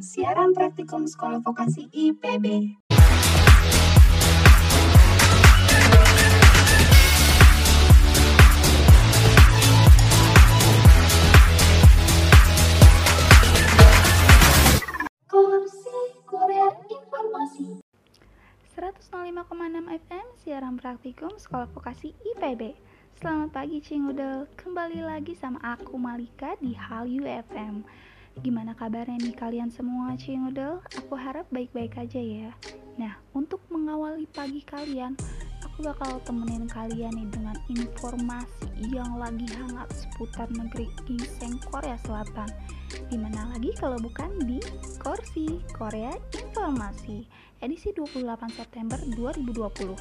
siaran praktikum Sekolah Vokasi IPB. Kursi Korea Informasi 105,6 FM siaran praktikum Sekolah Vokasi IPB. Selamat pagi Cingudel, kembali lagi sama aku Malika di Hallyu FM. Gimana kabarnya nih kalian semua Cingudel? Aku harap baik-baik aja ya. Nah, untuk mengawali pagi kalian, aku bakal temenin kalian nih dengan informasi yang lagi hangat seputar negeri ginseng Korea Selatan. Dimana lagi kalau bukan di Kursi Korea Informasi edisi 28 September 2020.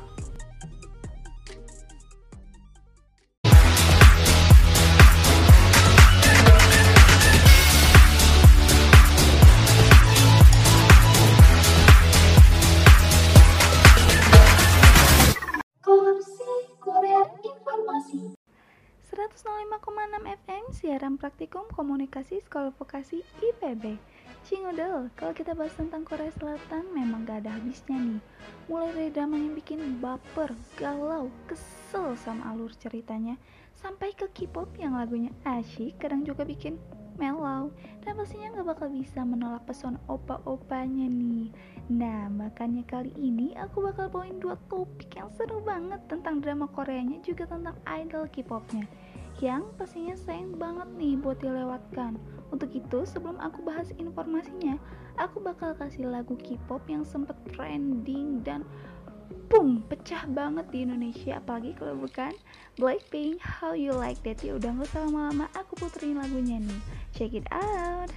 Kursi Korea Informasi 105,6 FM siaran praktikum komunikasi Sekolah Vokasi IPB. Cingudel, kalau kita bahas tentang Korea Selatan memang gak ada habisnya nih. Mulai dari drama yang bikin baper, galau, kesel sama alur ceritanya, sampai ke K-pop yang lagunya asyik, kadang juga bikin mellow, dan pastinya gak bakal bisa menolak pesona opa-opanya nih. Nah, makanya kali ini aku bakal bawain dua topik yang seru banget tentang drama Koreanya, juga tentang idol K-popnya, yang pastinya sayang banget nih buat dilewatkan. Untuk itu, sebelum aku bahas informasinya, aku bakal kasih lagu K-pop yang sempet trending dan boom, pecah banget di Indonesia, apalagi kalau bukan Blackpink, How You Like That. Ya udah gak usah lama-lama, aku puterin lagunya nih. Check it out.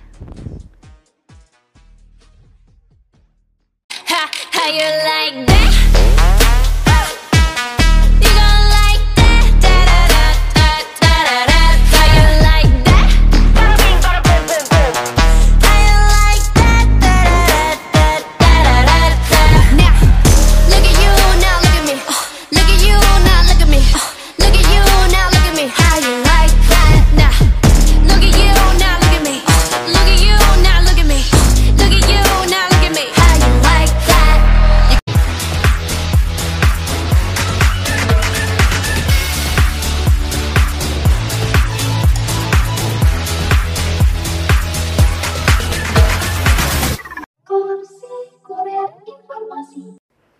How you like that? You gon' like that? Da da da da da da da. How you like that? Bada bing, bada boom, boom, boom. How you like that? Da da da da da da da. Now, look at you, now look at me. Look at you, now look at me. Look at you, now look at me. How you like that? Now, look at you, now look at me. Look at you, now look at me. Look at you, now look at me. How you like that? Kursi Korea Informasi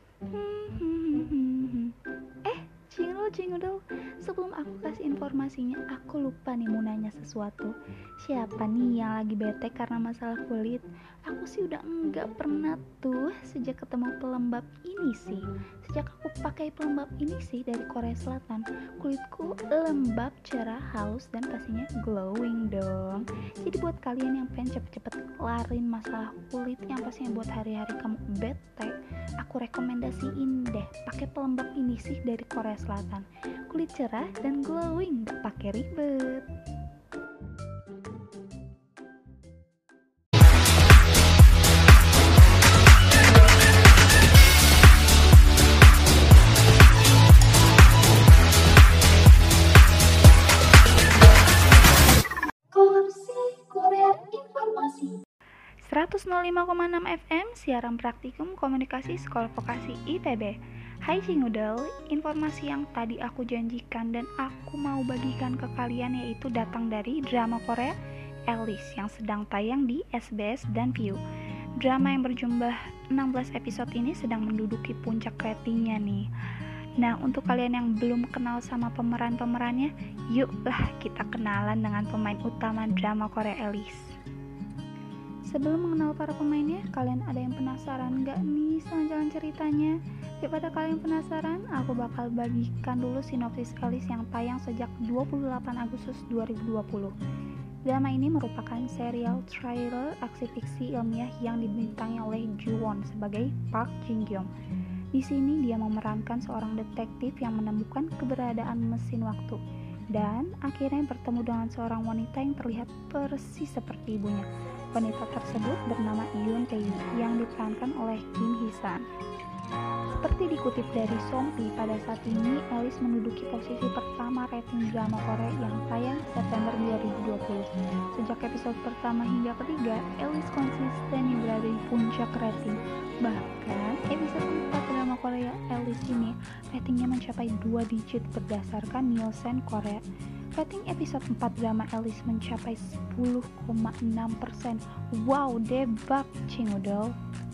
Cingudel, sebelum aku kasih informasinya, aku lupa nih mau nanya sesuatu. Siapa nih yang lagi bete karena masalah kulit? Aku sih udah enggak pernah tuh sejak ketemu pelembab ini sih. Sejak aku pakai pelembab ini sih dari Korea Selatan, kulitku lembab, cerah, halus, dan pastinya glowing dong. Jadi buat kalian yang pengen cepet-cepet kelarin masalah kulit yang pastinya buat hari-hari kamu bete, aku rekomendasiin deh pakai pelembab ini sih dari Korea Selatan. Kulit cerah dan glowing, gak pakai ribet. Kursi Korea Informasi 105,6 FM siaran praktikum komunikasi Sekolah Vokasi IPB. Hai Cingudel, informasi yang tadi aku janjikan dan aku mau bagikan ke kalian yaitu datang dari drama Korea Alice yang sedang tayang di SBS dan Viu. Drama yang berjumlah 16 episode ini sedang menduduki puncak ratingnya nih. Nah, untuk kalian yang belum kenal sama pemeran-pemerannya, yuklah kita kenalan dengan pemain utama drama Korea Alice. Sebelum mengenal para pemainnya, kalian ada yang penasaran gak nih sama jalan ceritanya? Daripada kalian penasaran, aku bakal bagikan dulu sinopsis Alice yang tayang sejak 28 Agustus 2020. Drama ini merupakan serial thriller aksi fiksi ilmiah yang dibintangi oleh Joo Won sebagai Park Jin Gyum. Di sini dia memerankan seorang detektif yang menemukan keberadaan mesin waktu dan akhirnya bertemu dengan seorang wanita yang terlihat persis seperti ibunya. Wanita tersebut bernama Yoon Tae yang diperankan oleh Kim Hee San. Seperti dikutip dari Sompi, pada saat ini Alice menduduki posisi pertama rating drama Korea yang tayang September 2020. Sejak episode pertama hingga ketiga, Alice konsisten berada di puncak rating. Bahkan episode 4 drama Korea Alice ini ratingnya mencapai 2 digit berdasarkan Nielsen Korea. Rating episode 4 drama Alice mencapai 10,6%. Wow, debak Cingudel.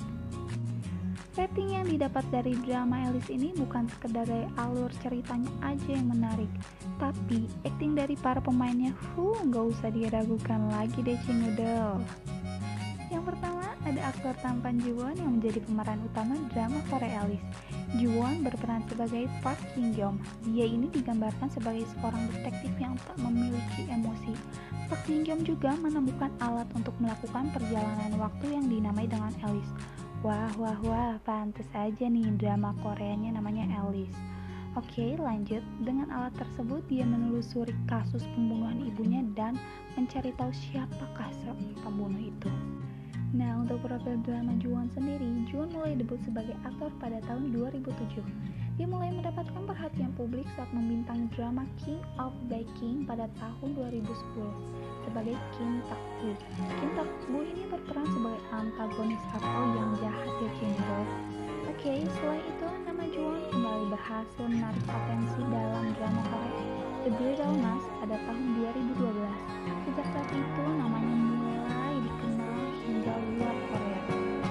Rating yang didapat dari drama Alice ini bukan sekedar dari alur ceritanya aja yang menarik, tapi akting dari para pemainnya, nggak usah diragukan lagi deh Cingudel. Yang pertama, ada aktor tampan Ji-won yang menjadi pemeran utama drama Korea Alice. Ji-won berperan sebagai Park Shin-gyum. Dia ini digambarkan sebagai seorang detektif yang tak memiliki emosi. Park Shin-gyum juga menemukan alat untuk melakukan perjalanan waktu yang dinamai dengan Alice. Wah, pantes aja nih drama Koreanya namanya Alice. Oke, lanjut. Dengan alat tersebut, dia menelusuri kasus pembunuhan ibunya dan mencari tahu siapakah pembunuh itu. Nah, untuk profil drama Ji-won sendiri, Ji-won mulai debut sebagai aktor pada tahun 2007. Dia mulai mendapatkan perhatian publik saat membintangi drama King of Baking pada tahun 2010 sebagai Kim Tak-woo. Kim Tak-woo ini berperan sebagai antagonis atau yang jahat ya Cingudel. Oke, setelah itu nama Ji-won kembali berhasil menarik atensi dalam drama Korea The Bridal Mask pada tahun 2012. Sejak saat itu namanya mulai dikenal hingga luar Korea.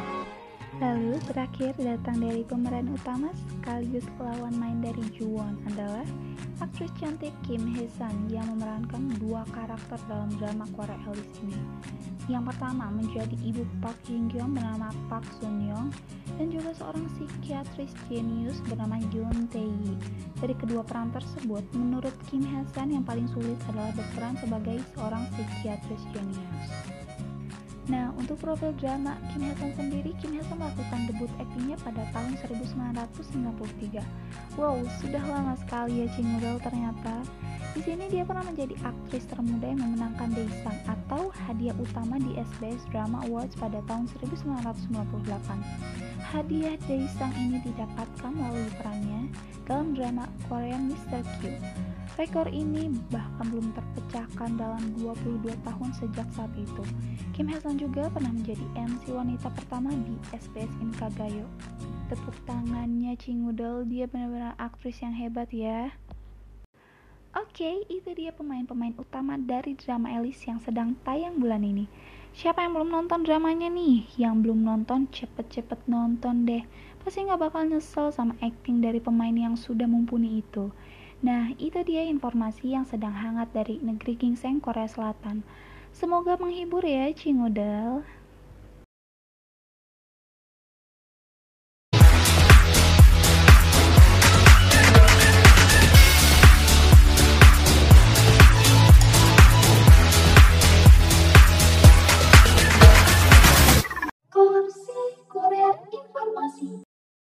Lalu terakhir datang dari pemeran utama sekaligus lawan main dari Ji-won adalah aktris cantik Kim Hye-sun yang memerankan dua karakter dalam drama Korea Alice ini. Yang pertama menjadi ibu Park Shin-gyum bernama Park Sun-young dan juga seorang psikiatris jenius bernama Yoon Tae-yi. Dari kedua peran tersebut, menurut Kim Hye-sun yang paling sulit adalah berperan sebagai seorang psikiatris jenius. Nah, untuk profil drama Kim Hye-sun sendiri, Kim Hye-sun melakukan debut aktingnya pada tahun 1993. Wow, sudah lama sekali ya Cingudel ternyata. Di sini dia pernah menjadi aktris termuda yang memenangkan Daesang atau hadiah utama di SBS Drama Awards pada tahun 1998. Hadiah Daesang ini didapatkan melalui perannya dalam drama Korean Mr. Q. Rekor ini bahkan belum terpecahkan dalam 22 tahun sejak saat itu. Kim Hye-sun juga pernah menjadi MC wanita pertama di SBS Inkagayo. Tepuk tangannya Cingudel, dia benar-benar aktris yang hebat ya. Oke, itu dia pemain-pemain utama dari drama Alice yang sedang tayang bulan ini. Siapa yang belum nonton dramanya nih? Yang belum nonton, cepet-cepet nonton deh. Pasti gak bakal nyesel sama akting dari pemain yang sudah mumpuni itu. Nah, itu dia informasi yang sedang hangat dari negeri ginseng Korea Selatan. Semoga menghibur ya, Cingudel. Korupsi Korea Informasi.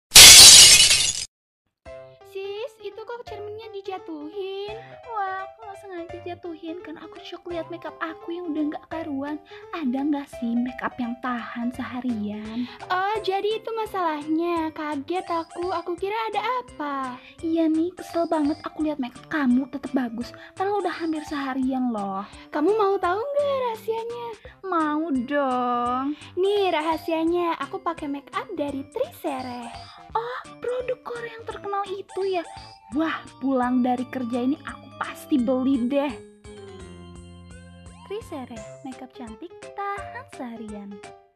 Sis, itu kok cerminnya dijatuhin? Wah, aku gak sengaja jatuhin karena aku shock lihat makeup aku yang udah gak karuan. Ada gak sih makeup yang tahan seharian? Oh, jadi itu masalahnya. Kaget aku kira ada apa. Iya nih, kesel banget aku lihat makeup kamu tetap bagus padahal udah hampir seharian loh. Kamu mau tahu nggak rahasianya? Mau dong. Nih rahasianya, aku pakai make up dari Trisere. Oh, produk Korea yang terkenal itu ya. Wah, pulang dari kerja ini aku pasti beli deh. Trisere, makeup cantik tahan seharian.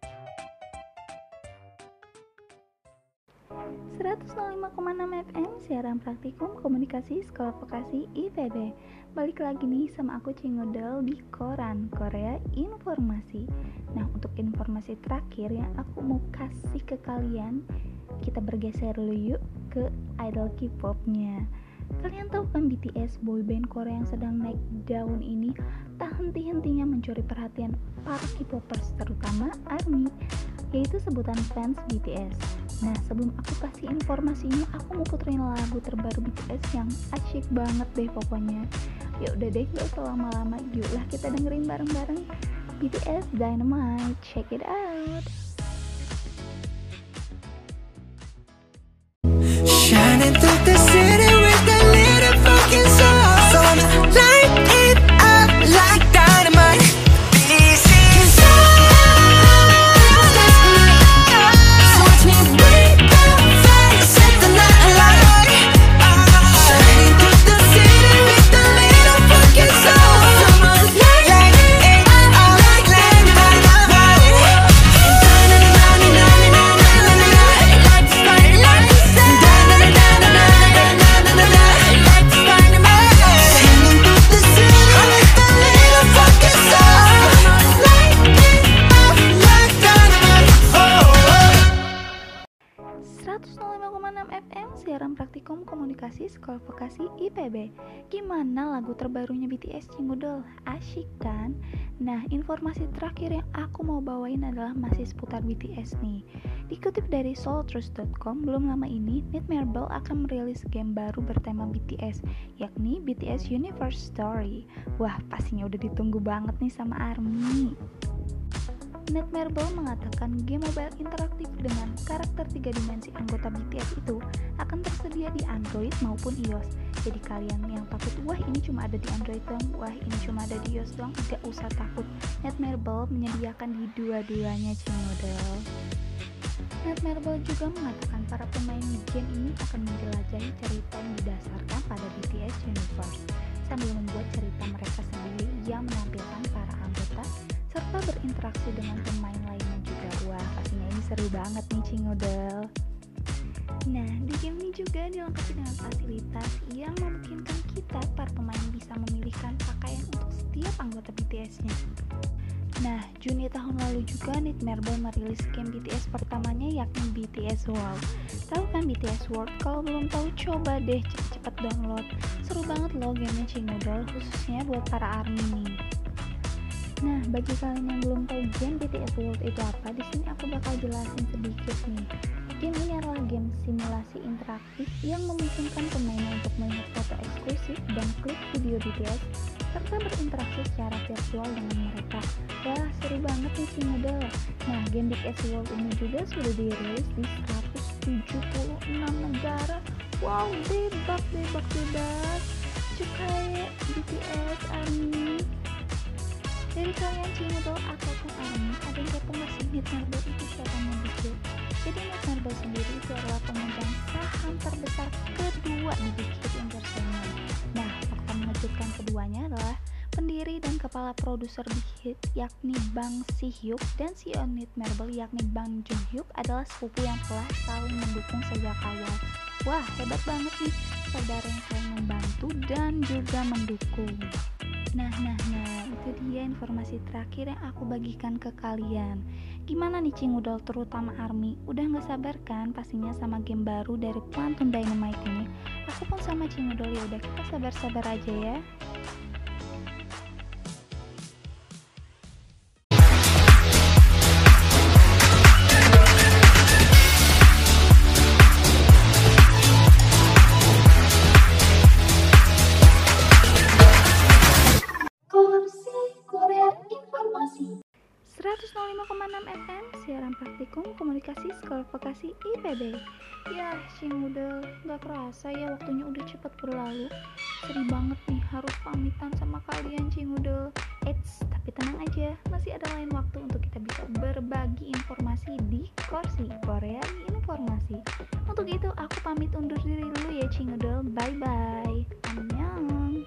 105,6 FM siaran praktikum komunikasi Sekolah Vokasi IPB. Balik lagi nih sama aku Cingudel di Koran Korea Informasi. Nah, untuk informasi terakhir yang aku mau kasih ke kalian, kita bergeser dulu yuk ke idol K-popnya. Kalian tahu kan BTS, boyband Korea yang sedang naik daun ini tak henti-hentinya mencuri perhatian para K-popers, terutama ARMY, yaitu sebutan fans BTS. Nah, sebelum aku kasih informasinya, aku mau puterin lagu terbaru BTS yang asyik banget deh pokoknya. Ya udah deh, gak usah lama-lama, yuklah kita dengerin bareng-bareng BTS Dynamite. Check it out. Shining through the city with a little fucking soul. So I'ma light it up like dynamite. This is us. So watch me break the fire, set the night alight. Shining through the city with a little fucking soul. So I'ma light it up like dynamite. Singing through the city with a little fucking soul. Light it up like dynamite. Oh, oh. 105,6 FM siaran praktikum komunikasi Sekolah Vokasi IPB. Gimana lagu terbarunya BTS Cingudel? Asyik kan? Nah, informasi terakhir yang aku mau bawain adalah masih seputar BTS nih. Dikutip dari soultruth.com, belum lama ini Netmarble akan merilis game baru bertema BTS, yakni BTS Universe Story. Wah, pastinya udah ditunggu banget nih sama ARMY. Netmarble mengatakan game mobile interaktif dengan karakter 3 dimensi anggota BTS itu akan tersedia di Android maupun iOS. Jadi kalian yang takut, wah ini cuma ada di Android doang, wah ini cuma ada di iOS doang, gak usah takut. Netmarble menyediakan di dua-duanya Cingudel. Netmarble juga mengatakan para pemain game ini akan menjelajahi cerita yang didasarkan pada BTS Universe sambil membuat cerita mereka sendiri yang menampilkan para anggota serta berinteraksi dengan pemain lainnya juga. Wah, pastinya ini seru banget nih Cingudel. Nah, di game ini juga dilengkapi dengan fasilitas yang memungkinkan kita para pemain bisa memilihkan pakaian untuk setiap anggota BTS-nya. Nah, Juni tahun lalu juga Netmarble merilis game BTS pertamanya yakni BTS World. Tahu kan BTS World? Kalau belum tahu coba deh cepet-cepet download. Seru banget loh gamenya Cingudel, khususnya buat para ARMY nih. Nah, bagi kalian yang belum tahu game BTS World itu apa, di sini aku bakal jelasin sedikit nih. Game ini adalah game simulasi interaktif yang memungkinkan pemainnya untuk melihat foto eksklusif dan klip video BTS serta berinteraksi secara virtual dengan mereka. Wah, seru banget nih Cingudel. Nah, game BTS World ini juga sudah dirilis di 176 negara. Wow, bebas. Cukai BTS ARMY. Dari kalian Cingudel ataupun ARMY, ada yang kepo nggak sih Netmarble itu siapa yang bikin? Jadi Netmarble sendiri itu adalah pemegang saham terbesar kedua di Big Hit Entertainment. Nah, fakta mengejutkan keduanya adalah pendiri dan kepala produser Big Hit yakni Bang Si-hyuk dan CEO Netmarble yakni Bang Joon-hyuk adalah sepupu yang telah saling mendukung sejak awal. Wah, hebat banget nih, saudara yang saling membantu dan juga mendukung. Nah, itu dia informasi terakhir yang aku bagikan ke kalian. Gimana nih Cingudel, terutama ARMY? Udah gak sabar kan pastinya sama game baru dari Phantom Dynamite ini? Aku pun sama Cingudel, ya udah kita sabar-sabar aja ya. Korupsi Korea Informasi. 105,6 FM siaran praktikum komunikasi Sekolah Vokasi IPB. Ya, Cingudel, gak kerasa ya waktunya udah cepet berlalu. Sedih banget nih harus pamitan sama kalian Cingudel. Eits, tapi tenang aja, masih ada lain waktu untuk kita bisa berbagi informasi di Korsi Korea Informasi. Untuk itu aku pamit undur diri dulu ya Cingudel. Bye bye. Annyeong.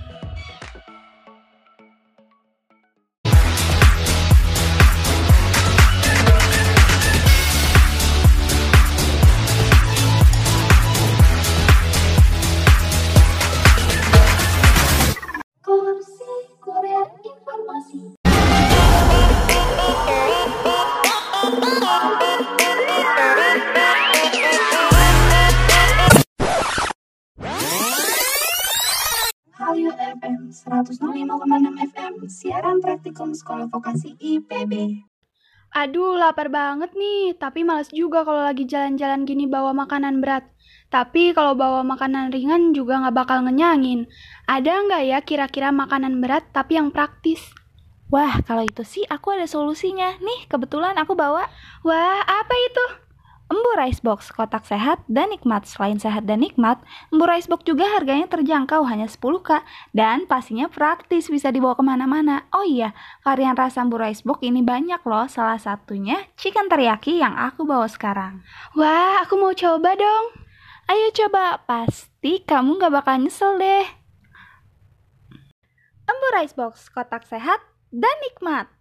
Korupsi Korea Informasi. Hallyu FM 105,6 FM siaran praktikum Sekolah Vokasi IPB. Aduh, lapar banget nih. Tapi males juga kalau lagi jalan-jalan gini bawa makanan berat. Tapi kalau bawa makanan ringan juga nggak bakal ngenyangin. Ada nggak ya kira-kira makanan berat tapi yang praktis? Wah, kalau itu sih aku ada solusinya. Nih, kebetulan aku bawa. Wah, apa itu? Embur Rice Box, kotak sehat dan nikmat. Selain sehat dan nikmat, Embu Rice Box juga harganya terjangkau, hanya 10K. Dan pastinya praktis, bisa dibawa kemana-mana. Oh iya, varian rasa Embu Rice Box ini banyak loh, salah satunya chicken teriyaki yang aku bawa sekarang. Wah, aku mau coba dong. Ayo coba, pasti kamu gak bakal nyesel deh. Embu Rice Box, kotak sehat dan nikmat.